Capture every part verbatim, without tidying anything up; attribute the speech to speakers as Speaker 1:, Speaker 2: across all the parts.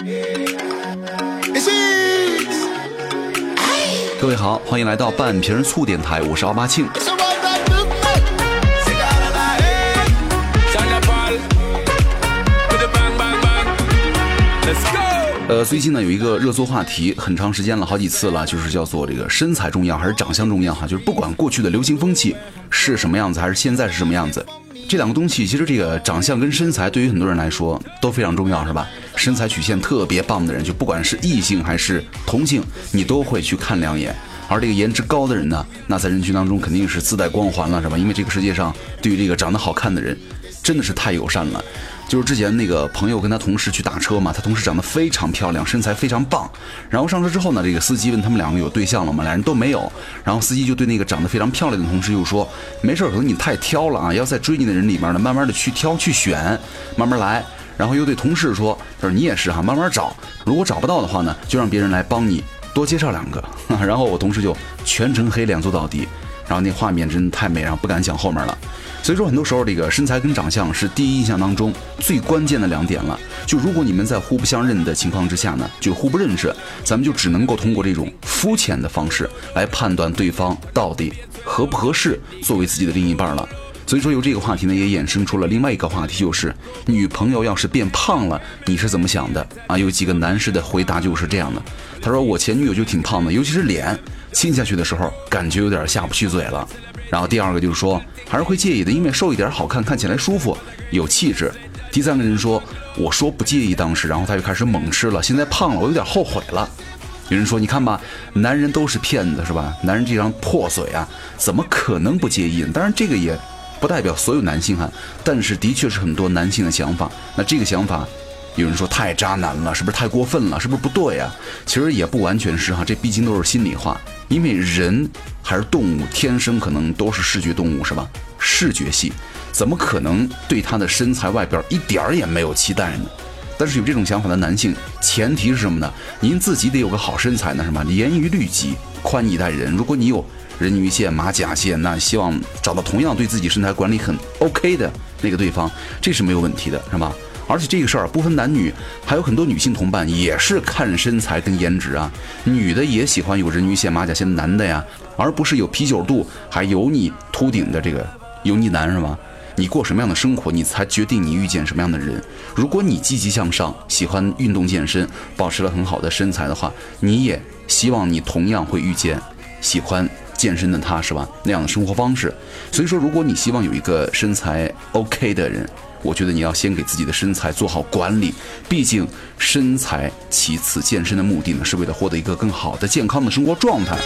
Speaker 1: 各位好，欢迎来到半瓶醋电台，我是奥巴庆。呃，最近呢有一个热搜话题，很长时间了，好几次了，就是叫做这个身材重要还是长相重要哈？就是不管过去的流行风气是什么样子，还是现在是什么样子，这两个东西其实这个长相跟身材对于很多人来说都非常重要，是吧？身材曲线特别棒的人，就不管是异性还是同性，你都会去看两眼。而这个颜值高的人呢，那在人群当中肯定是自带光环了，是吧？因为这个世界上对于这个长得好看的人真的是太友善了。就是之前那个朋友跟他同事去打车嘛，他同事长得非常漂亮，身材非常棒。然后上车之后呢，这个司机问他们两个有对象了吗？两人都没有。然后司机就对那个长得非常漂亮的同事又说：“没事，可能你太挑了啊，要在追你的人里面呢，慢慢的去挑去选，慢慢来。”然后又对同事说：“他说你也是哈，慢慢找，如果找不到的话呢，就让别人来帮你多介绍两个。”然后我同事就全程黑脸做到底，然后那画面真的太美，然后不敢讲后面了。所以说很多时候这个身材跟长相是第一印象当中最关键的两点了。就如果你们在互不相认的情况之下呢，就互不认识，咱们就只能够通过这种肤浅的方式来判断对方到底合不合适作为自己的另一半了。所以说由这个话题呢也衍生出了另外一个话题，就是女朋友要是变胖了你是怎么想的啊？有几个男士的回答就是这样的，他说我前女友就挺胖的，尤其是脸亲下去的时候感觉有点下不去嘴了。然后第二个就是说还是会介意的，因为瘦一点好看，看起来舒服有气质。第三个人说我说不介意当时，然后他就开始猛吃了，现在胖了我有点后悔了。有人说你看吧，男人都是骗子是吧？男人这张破嘴啊怎么可能不介意呢？当然这个也不代表所有男性哈，但是的确是很多男性的想法。那这个想法有人说太渣男了，是不是太过分了，是不是不对啊？其实也不完全是哈，这毕竟都是心里话。因为人还是动物，天生可能都是视觉动物是吧？视觉系怎么可能对他的身材外表一点儿也没有期待呢？但是有这种想法的男性，前提是什么呢？您自己得有个好身材呢，是吧？严于律己，宽以待人。如果你有人鱼线、马甲线，那希望找到同样对自己身材管理很 OK 的那个对方，这是没有问题的，是吧？而且这个事儿不分男女，还有很多女性同伴也是看身材跟颜值啊，女的也喜欢有人鱼线、马甲线的男的呀，而不是有啤酒肚还油腻秃顶的这个油腻男，是吧？你过什么样的生活，你才决定你遇见什么样的人。如果你积极向上，喜欢运动健身，保持了很好的身材的话，你也希望你同样会遇见喜欢健身的他，是吧？那样的生活方式。所以说如果你希望有一个身材 OK 的人，我觉得你要先给自己的身材做好管理，毕竟身材其次，健身的目的呢是为了获得一个更好的健康的生活状态。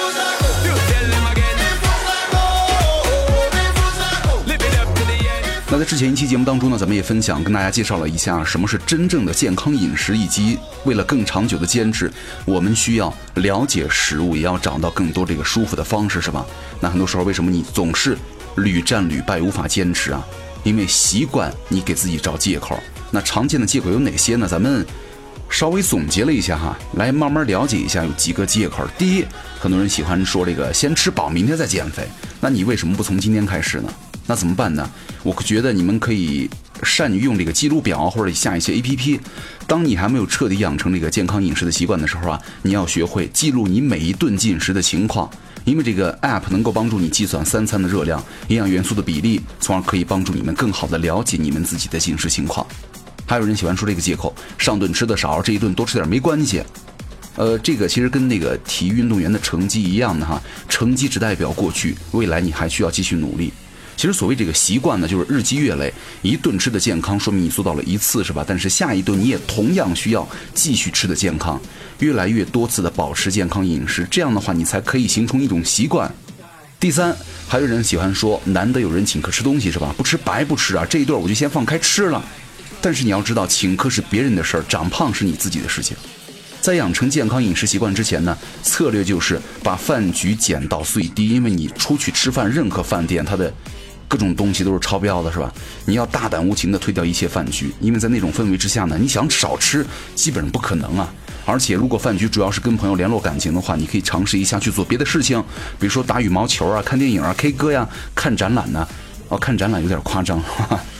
Speaker 1: 那在之前一期节目当中呢，咱们也分享跟大家介绍了一下什么是真正的健康饮食，以及为了更长久的坚持，我们需要了解食物，也要找到更多这个舒服的方式，是吧？那很多时候为什么你总是屡战屡败，无法坚持啊？因为习惯你给自己找借口。那常见的借口有哪些呢？咱们稍微总结了一下哈，来慢慢了解一下有几个借口。第一，很多人喜欢说这个先吃饱明天再减肥，那你为什么不从今天开始呢？那怎么办呢？我觉得你们可以善于用这个记录表或者下一些 A P P。 当你还没有彻底养成这个健康饮食的习惯的时候啊，你要学会记录你每一顿进食的情况，因为这个 App 能够帮助你计算三餐的热量、营养元素的比例，从而可以帮助你们更好的了解你们自己的进食情况。还有人喜欢说这个借口，上顿吃的少，这一顿多吃点没关系。呃，这个其实跟那个体育运动员的成绩一样的哈，成绩只代表过去，未来你还需要继续努力。其实所谓这个习惯呢，就是日积月累，一顿吃的健康，说明你做到了一次，是吧？但是下一顿你也同样需要继续吃的健康，越来越多次的保持健康饮食，这样的话你才可以形成一种习惯。第三，还有人喜欢说难得有人请客吃东西，是吧？不吃白不吃啊，这一顿我就先放开吃了。但是你要知道，请客是别人的事儿，长胖是你自己的事情。在养成健康饮食习惯之前呢，策略就是把饭局减到最低，因为你出去吃饭，任何饭店它的各种东西都是超标的，是吧？你要大胆无情的推掉一切饭局，因为在那种氛围之下呢，你想少吃基本上不可能啊。而且如果饭局主要是跟朋友联络感情的话，你可以尝试一下去做别的事情，比如说打羽毛球啊、看电影啊、K 歌呀、看展览呢、啊。哦，看展览有点夸张，哈哈。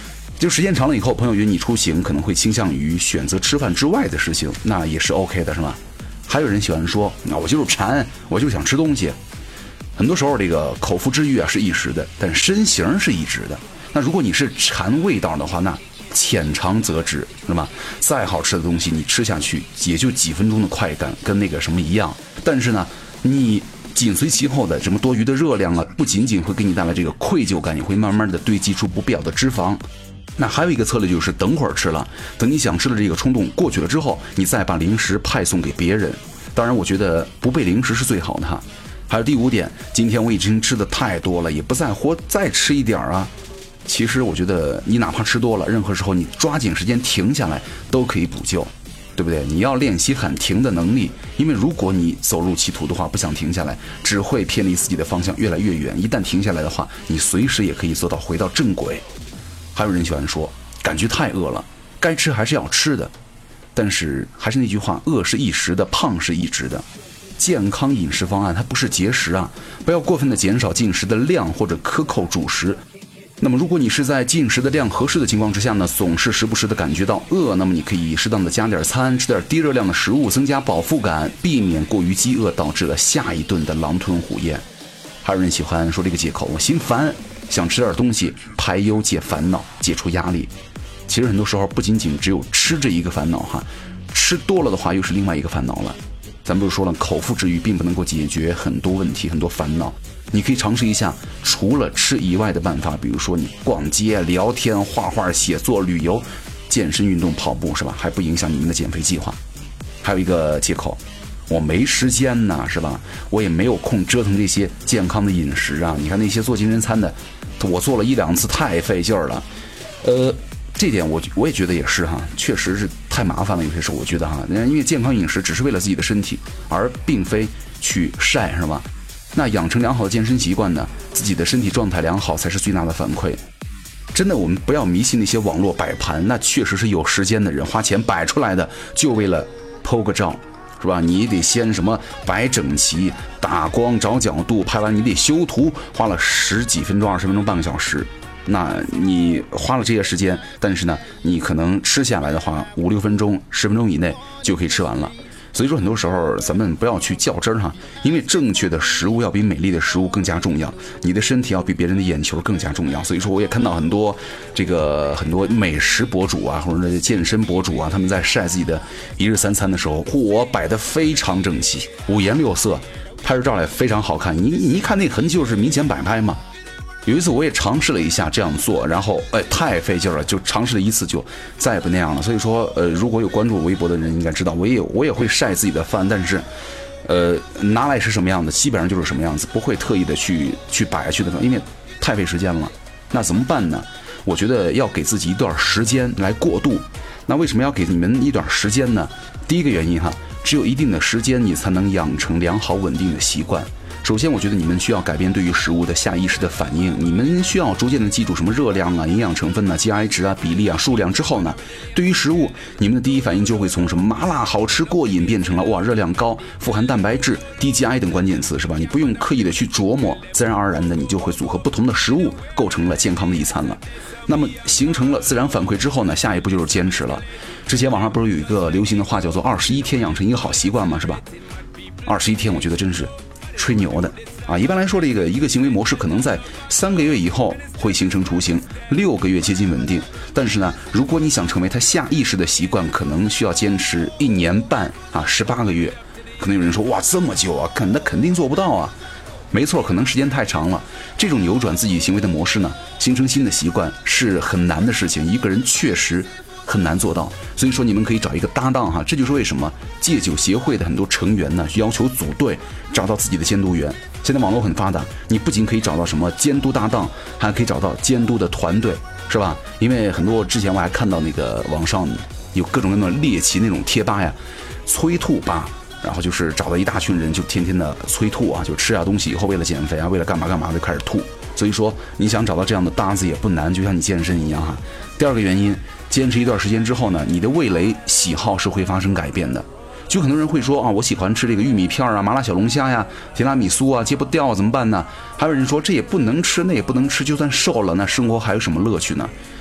Speaker 1: 就时间长了以后，朋友约你出行，可能会倾向于选择吃饭之外的事情，那也是 OK 的，是吧？还有人喜欢说，那我就是馋，我就是想吃东西。很多时候这个口腹之欲啊是一时的，但身形是一直的。那如果你是馋味道的话，那浅尝辄止，是吧？再好吃的东西你吃下去也就几分钟的快感，跟那个什么一样。但是呢，你紧随其后的什么多余的热量啊，不仅仅会给你带来这个愧疚感，也会慢慢的堆积出不必要的脂肪。那还有一个策略就是等会儿吃了，等你想吃的这个冲动过去了之后，你再把零食派送给别人。当然我觉得不备零食是最好的哈。还有第五点，今天我已经吃的太多了，也不在乎再吃一点啊。其实我觉得你哪怕吃多了，任何时候你抓紧时间停下来都可以补救，对不对？你要练习喊停的能力，因为如果你走入歧途的话，不想停下来，只会偏离自己的方向越来越远。一旦停下来的话，你随时也可以做到回到正轨。还有人喜欢说，感觉太饿了，该吃还是要吃的。但是还是那句话，饿是一时的，胖是一直的。健康饮食方案它不是节食啊，不要过分的减少进食的量或者克扣主食。那么如果你是在进食的量合适的情况之下呢，总是时不时的感觉到饿，那么你可以适当的加点餐，吃点低热量的食物，增加饱腹感，避免过于饥饿导致了下一顿的狼吞虎咽。还有人喜欢说这个借口，我心烦，想吃点东西排忧解烦恼，解除压力。其实很多时候不仅仅只有吃这一个烦恼哈，吃多了的话又是另外一个烦恼了。咱不是说了，口腹之欲并不能够解决很多问题很多烦恼，你可以尝试一下除了吃以外的办法，比如说你逛街聊天画画写作旅游健身运动跑步，是吧？还不影响你们的减肥计划。还有一个借口，我没时间呢，是吧？我也没有空折腾这些健康的饮食啊，你看那些做精神餐的，我做了一两次太费劲儿了。呃这点我我也觉得也是哈，确实是太麻烦了。有些时候我觉得哈，因为健康饮食只是为了自己的身体，而并非去晒，是吧？那养成良好的健身习惯呢，自己的身体状态良好才是最大的反馈。真的，我们不要迷信那些网络摆盘，那确实是有时间的人花钱摆出来的，就为了 po 个照，是吧？你得先什么摆整齐、打光、找角度，拍完你得修图，花了十几分钟、二十分钟、半个小时。那你花了这些时间，但是呢，你可能吃下来的话，五六分钟、十分钟以内就可以吃完了。所以说，很多时候咱们不要去较真儿哈，因为正确的食物要比美丽的食物更加重要，你的身体要比别人的眼球更加重要。所以说，我也看到很多这个很多美食博主啊，或者健身博主啊，他们在晒自己的一日三餐的时候，嚯，摆得非常整齐，五颜六色，拍出照来非常好看。你你一看那痕迹就是明显摆拍嘛。有一次我也尝试了一下这样做，然后哎太费劲了，就尝试了一次就再也不那样了。所以说呃如果有关注我微博的人应该知道，我也有我也会晒自己的饭，但是呃拿来是什么样子基本上就是什么样子，不会特意的去去摆去的，因为太费时间了。那怎么办呢？我觉得要给自己一段时间来过渡。那为什么要给你们一段时间呢？第一个原因哈，只有一定的时间你才能养成良好稳定的习惯。首先我觉得你们需要改变对于食物的下意识的反应，你们需要逐渐的记住什么热量啊、营养成分啊、G I 值啊、比例啊、数量之后呢，对于食物你们的第一反应就会从什么麻辣好吃过瘾变成了哇热量高、富含蛋白质、低 G I 等关键词，是吧？你不用刻意的去琢磨，自然而然的你就会组合不同的食物构成了健康的一餐了。那么形成了自然反馈之后呢，下一步就是坚持了。之前网上不是有一个流行的话叫做二十一天养成一个好习惯吗？是吧？二十一天我觉得真是吹牛的啊！一般来说，这个一个行为模式可能在三个月以后会形成雏形，六个月接近稳定。但是呢，如果你想成为他下意识的习惯，可能需要坚持一年半啊，十八个月。可能有人说，哇，这么久啊，肯那肯定做不到啊。没错，可能时间太长了。这种扭转自己行为的模式呢，形成新的习惯是很难的事情，一个人确实很难做到。所以说你们可以找一个搭档哈，这就是为什么戒酒协会的很多成员呢要求组队找到自己的监督员。现在网络很发达，你不仅可以找到什么监督搭档，还可以找到监督的团队，是吧？因为很多之前我还看到那个网上有各种各样的猎奇那种贴吧呀，催吐吧，然后就是找到一大群人就天天的催吐啊，就吃下东西以后为了减肥啊，为了干嘛干嘛就开始吐。所以说你想找到这样的搭子也不难，就像你健身一样哈。第二个原因，坚持一段时间之后呢，你的味蕾喜好是会发生改变的。就很多人会说啊，我喜欢吃这个玉米片啊、麻辣小龙虾呀、提拉米苏啊，戒不掉怎么办呢？还有人说这也不能吃，那也不能吃，就算瘦了，那生活还有什么乐趣呢？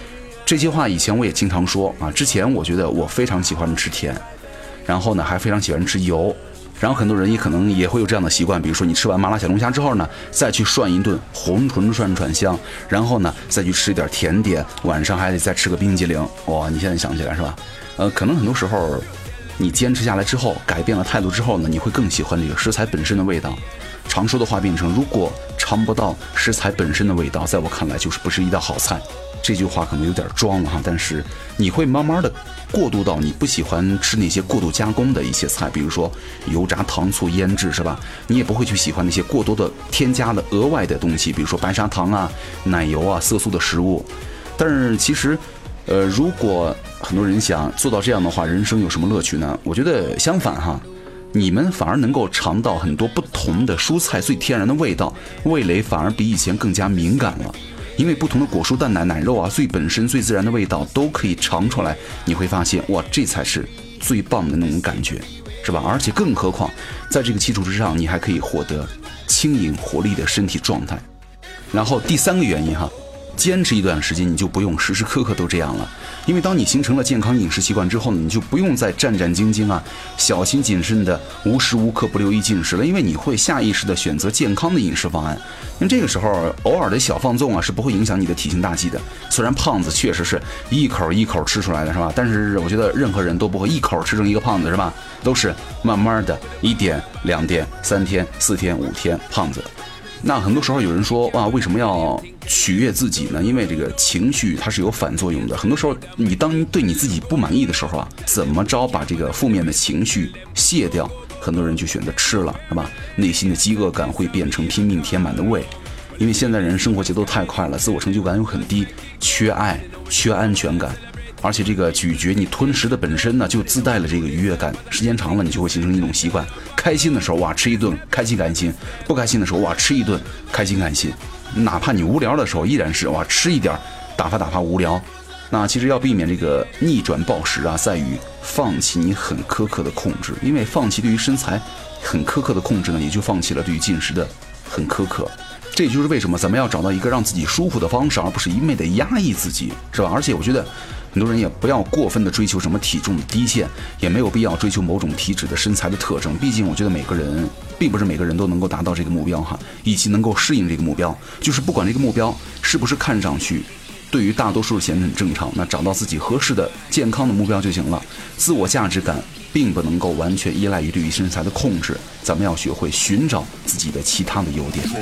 Speaker 1: 这些话以前我也经常说啊，之前我觉得我非常喜欢吃甜，然后呢还非常喜欢吃油，然后很多人也可能也会有这样的习惯，比如说你吃完麻辣小龙虾之后呢，再去涮一顿红唇涮串香，然后呢再去吃一点甜点，晚上还得再吃个冰激凌。哇，你现在想起来是吧？呃，可能很多时候你坚持下来之后，改变了态度之后呢，你会更喜欢这个食材本身的味道。常说的话变成，如果尝不到食材本身的味道，在我看来就是不是一道好菜。这句话可能有点装了哈，但是你会慢慢的过渡到你不喜欢吃那些过度加工的一些菜，比如说油炸、糖醋、腌制，是吧？你也不会去喜欢那些过多的添加的额外的东西，比如说白砂糖啊、奶油啊、色素的食物。但是其实，呃，如果很多人想做到这样的话，人生有什么乐趣呢？我觉得相反哈，你们反而能够尝到很多不同的蔬菜最天然的味道，味蕾反而比以前更加敏感了。因为不同的果蔬、蛋奶、奶肉啊，最本身、最自然的味道都可以尝出来，你会发现，哇，这才是最棒的那种感觉，是吧？而且更何况，在这个基础之上，你还可以获得轻盈活力的身体状态。然后第三个原因哈，坚持一段时间，你就不用时时刻刻都这样了。因为当你形成了健康饮食习惯之后呢，你就不用再战战兢兢啊、小心谨慎的无时无刻不留意进食了，因为你会下意识的选择健康的饮食方案。因为这个时候偶尔的小放纵啊是不会影响你的体型大气的。虽然胖子确实是一口一口吃出来的，是吧？但是我觉得任何人都不会一口吃成一个胖子，是吧？都是慢慢的一点、两点、三天、四天、五天胖子。那很多时候有人说，哇，为什么要取悦自己呢？因为这个情绪它是有反作用的。很多时候你当对你自己不满意的时候啊，怎么着把这个负面的情绪卸掉，很多人就选择吃了，是吧？内心的饥饿感会变成拼命填满的胃。因为现在人生活节奏太快了，自我成就感又很低，缺爱，缺安全感。而且这个咀嚼你吞食的本身呢，就自带了这个愉悦感，时间长了你就会形成一种习惯。开心的时候哇吃一顿开心开心，不开心的时候哇吃一顿开心开心，哪怕你无聊的时候依然是哇吃一点打发打发无聊。那其实要避免这个逆转暴食啊，在于放弃你很苛刻的控制，因为放弃对于身材很苛刻的控制呢，也就放弃了对于进食的很苛刻。这也就是为什么咱们要找到一个让自己舒服的方式，而不是一味的压抑自己，是吧？而且我觉得很多人也不要过分的追求什么体重的低线，也没有必要追求某种体脂的身材的特征。毕竟我觉得每个人并不是每个人都能够达到这个目标哈，以及能够适应这个目标。就是不管这个目标是不是看上去对于大多数显得很正常，那找到自己合适的健康的目标就行了。自我价值感并不能够完全依赖于对于身材的控制，咱们要学会寻找自己的其他的优点。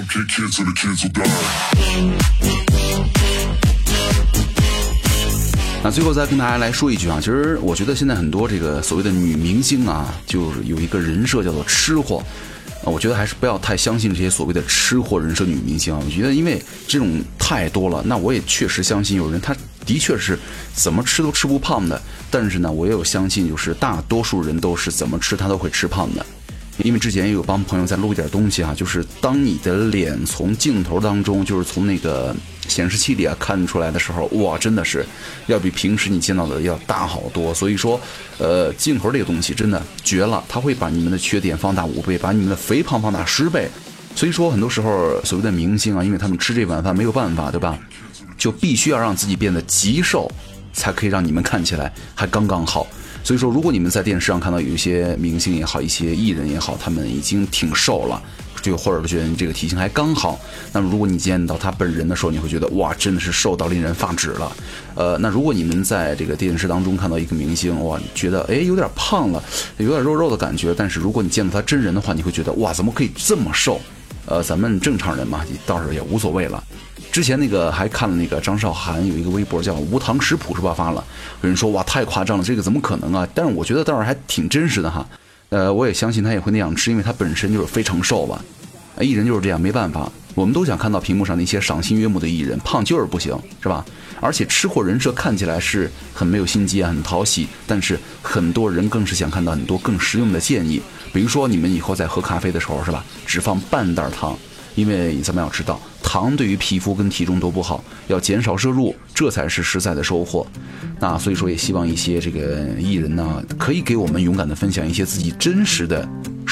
Speaker 1: 那最后再跟大家来说一句啊，其实我觉得现在很多这个所谓的女明星啊，就是有一个人设叫做吃货。我觉得还是不要太相信这些所谓的吃货人设女明星啊。我觉得因为这种太多了，那我也确实相信有人他的确是怎么吃都吃不胖的，但是呢，我也有相信就是大多数人都是怎么吃他都会吃胖的。因为之前也有帮朋友在录一点东西啊，就是当你的脸从镜头当中，就是从那个显示器里啊看出来的时候，哇，真的是要比平时你见到的要大好多。所以说，呃，镜头这个东西真的绝了，它会把你们的缺点放大五倍，把你们的肥胖放大十倍。所以说，很多时候所谓的明星啊，因为他们吃这碗饭没有办法，对吧？就必须要让自己变得极瘦，才可以让你们看起来还刚刚好。所以说，如果你们在电视上看到有一些明星也好，一些艺人也好，他们已经挺瘦了，就或者觉得这个体型还刚好，那么如果你见到他本人的时候，你会觉得哇，真的是瘦到令人发指了。呃，那如果你们在这个电视当中看到一个明星，哇，觉得哎有点胖了，有点肉肉的感觉，但是如果你见到他真人的话，你会觉得哇，怎么可以这么瘦？呃，咱们正常人嘛，倒是也无所谓了。之前那个还看了那个张韶涵有一个微博叫无糖食谱是吧，发了，有人说哇太夸张了，这个怎么可能啊？但是我觉得倒是还挺真实的哈。呃，我也相信他也会那样吃，因为他本身就是非常瘦吧。艺人就是这样，没办法，我们都想看到屏幕上那些赏心悦目的艺人，胖就是不行，是吧？而且吃货人设看起来是很没有心机啊，很讨喜，但是很多人更是想看到很多更实用的建议，比如说你们以后在喝咖啡的时候，是吧，只放半袋糖，因为咱们要知道糖对于皮肤跟体重都不好，要减少摄入，这才是实在的收获。那所以说也希望一些这个艺人呢，可以给我们勇敢的分享一些自己真实的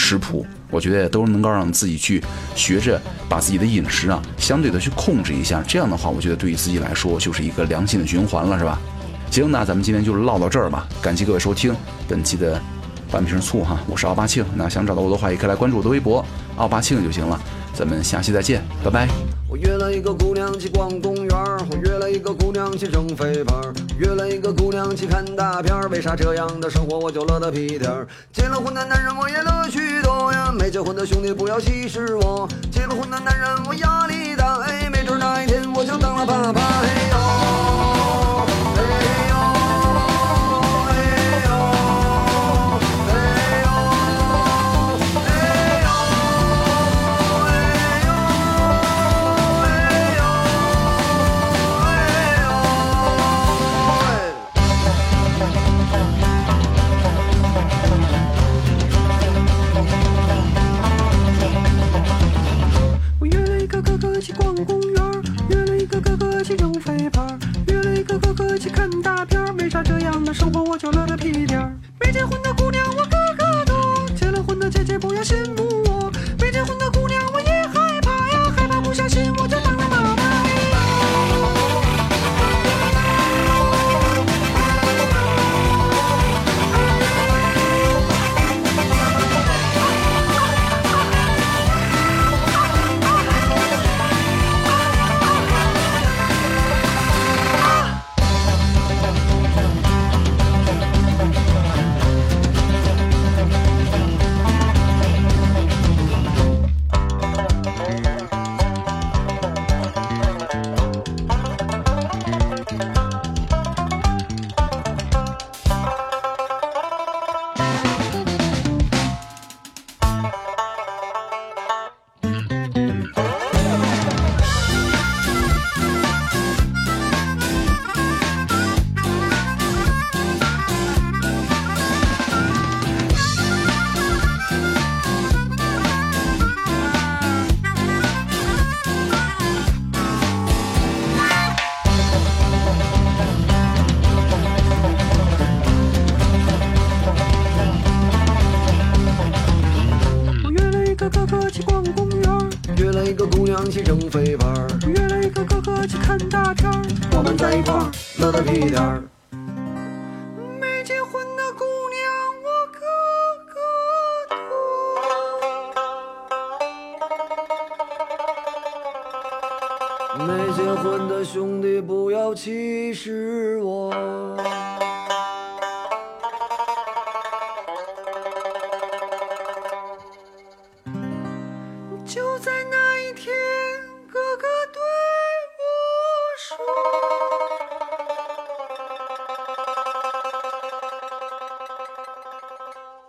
Speaker 1: 食谱，我觉得都能够让自己去学着把自己的饮食啊相对的去控制一下。这样的话，我觉得对于自己来说就是一个良性的循环了，是吧？行，那咱们今天就唠到这儿吧，感谢各位收听本期的半瓶醋哈，我是奥巴庆。那想找到我的话，也可以来关注我的微博奥巴庆就行了。咱们下期再见，拜拜。
Speaker 2: 我约了一个姑娘去逛公园，我约了一个姑娘去扔飞盘，约了一个姑娘去看大片。为啥这样的生活我就乐得屁颠儿？结了婚的男人我也乐许多呀，没结婚的兄弟不要歧视我。结了婚的男人我压力大，哎，没准哪一天我就当了爸爸。嘿呦，嘿呦，嘿呦，嘿呦，嘿呦，嘿呦。去逛公园，约了一个哥哥去扔飞盘，约了一个哥哥去看大片。为啥这样的生活我就乐得屁颠儿？没结婚的姑娘我个个多，结了婚的姐姐不要羡慕我。没结婚的姑娘我也害怕呀，害怕不小心我就当了妈妈。约了一个姑娘去扔飞盘，约了一个哥哥去看大片，我们在一块儿乐得屁颠儿。没结婚的姑娘我个个多，没结婚的兄弟不要歧视我。就在那一天，哥哥对我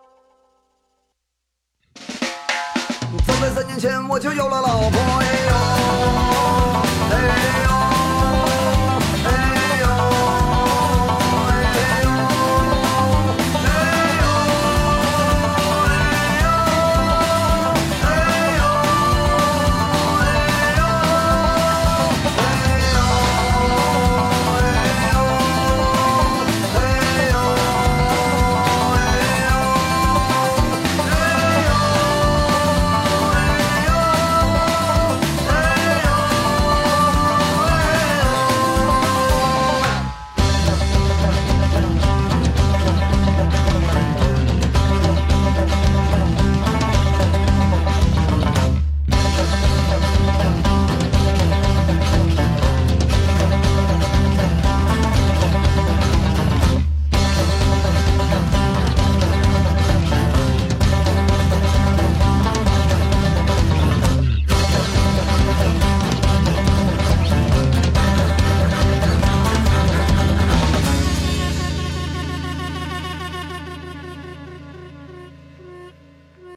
Speaker 2: 说：早在三年前我就有了老婆。哎呦